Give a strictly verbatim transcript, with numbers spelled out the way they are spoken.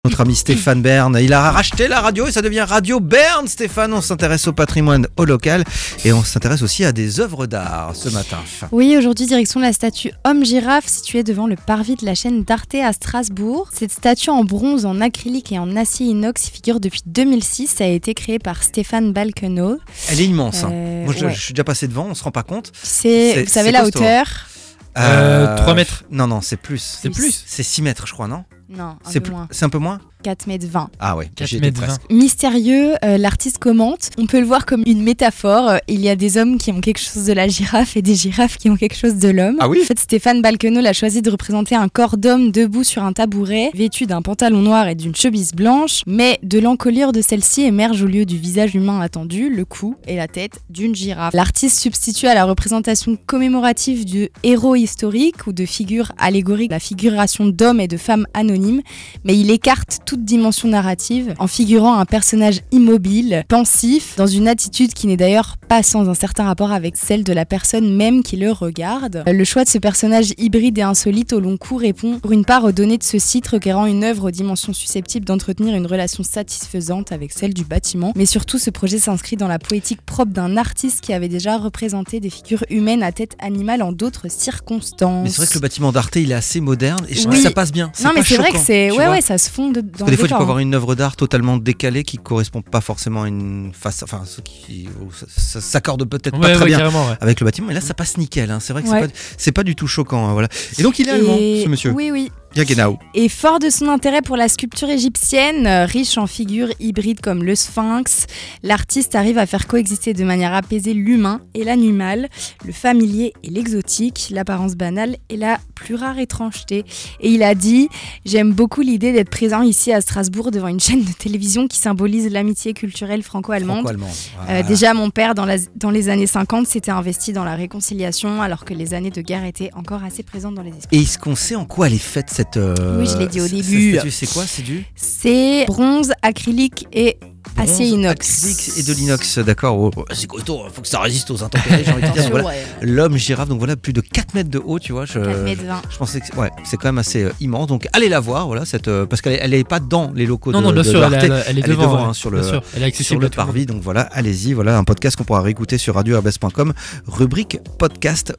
Notre ami Stéphane Bern, il a racheté la radio et ça devient Radio Bern. Stéphane, on s'intéresse au patrimoine au local et on s'intéresse aussi à des œuvres d'art ce matin. Oui, aujourd'hui direction la statue Homme-Girafe située devant le parvis de la chaîne d'Arte à Strasbourg. Cette statue en bronze, en acrylique et en acier inox figure depuis deux mille six. Ça a été créé par Stéphane Balkenau. Elle est immense. Euh, hein. Moi, je, ouais. je suis déjà passé devant, on se rend pas compte. C'est, C'est- vous savez c'est la costaud. hauteur Euh, trois mètres. Non, non, c'est plus. C'est plus. C'est six mètres, je crois, non Non, un c'est, peu plus- moins. c'est un peu moins quatre mètres vingt. Ah ouais, quatre j'y étais mètres presque. Mystérieux, euh, l'artiste commente. On peut le voir comme une métaphore. Euh, Il y a des hommes qui ont quelque chose de la girafe et des girafes qui ont quelque chose de l'homme. Ah oui En fait, Stéphane Balkenau a choisi de représenter un corps d'homme debout sur un tabouret, vêtu d'un pantalon noir et d'une chemise blanche, mais de l'encolure de celle-ci émerge au lieu du visage humain attendu, le cou et la tête d'une girafe. L'artiste substitue à la représentation commémorative de héros historiques ou de figures allégoriques la figuration d'hommes et de femmes anonymes, mais il écarte toute dimension narrative en figurant un personnage immobile, pensif, dans une attitude qui n'est d'ailleurs pas sans un certain rapport avec celle de la personne même qui le regarde. Le choix de ce personnage hybride et insolite au long cours répond pour une part aux données de ce site requérant une œuvre aux dimensions susceptibles d'entretenir une relation satisfaisante avec celle du bâtiment, mais surtout ce projet s'inscrit dans la poétique propre d'un artiste qui avait déjà représenté des figures humaines à tête animale en d'autres circonstances. Mais c'est vrai que le bâtiment d'Arte, il est assez moderne et je trouve Oui. que ça passe bien. C'est non mais pas c'est vrai choquant, que c'est tu ouais vois. ouais ça se fond de, dans Parce que des le fois, tu peux décor, avoir hein. une œuvre d'art totalement décalée qui correspond pas forcément à une face, enfin, ce qui où ça, ça s'accorde peut-être pas Ouais, très ouais, bien carrément, ouais. avec le bâtiment. Et là, ça passe nickel. Hein. C'est vrai que Ouais. c'est pas, c'est pas du tout choquant. Hein, voilà. Et donc, il est allemand, Et- ce monsieur. Oui oui. Bien genau. Et fort de son intérêt pour la sculpture égyptienne, euh, riche en figures hybrides comme le sphinx, l'artiste arrive à faire coexister de manière apaisée l'humain et l'animal, le familier et l'exotique, l'apparence banale et la plus rare étrangeté. Et il a dit « J'aime beaucoup l'idée d'être présent ici à Strasbourg devant une chaîne de télévision qui symbolise l'amitié culturelle franco-allemande. Franco-allemand. Euh, Voilà. déjà, mon père, dans, la- dans les années cinquante, s'était investi dans la réconciliation, alors que les années de guerre étaient encore assez présentes dans les esprits. Et est-ce qu'on sait en quoi elle est faite cette. euh, Oui, je l'ai dit au cette- début. cette statue, c'est quoi? C'est du C'est bronze, acrylique et acier bronze, inox. acrylique et de l'inox, d'accord. Oh, oh, c'est costaud, il faut que ça résiste aux intempéries, j'ai envie de te dire. Donc, voilà. L'homme girafe, donc voilà, plus de quatre mètres de haut, tu vois. Je, quatre mètres vingt. je pensais que ouais, c'est quand même assez euh, immense. Donc allez la voir, voilà, cette, euh, parce qu'elle est, elle est pas dans les locaux Non, de, non, bien de- sûr, de elle, Arte. elle- elle est Elle est devant, devant, ouais. hein, sur Bien le- sûr, elle est sur accessible le à tout le monde. parvis. Donc voilà, allez-y, voilà un podcast qu'on pourra réécouter sur radio r b s point com, rubrique podcast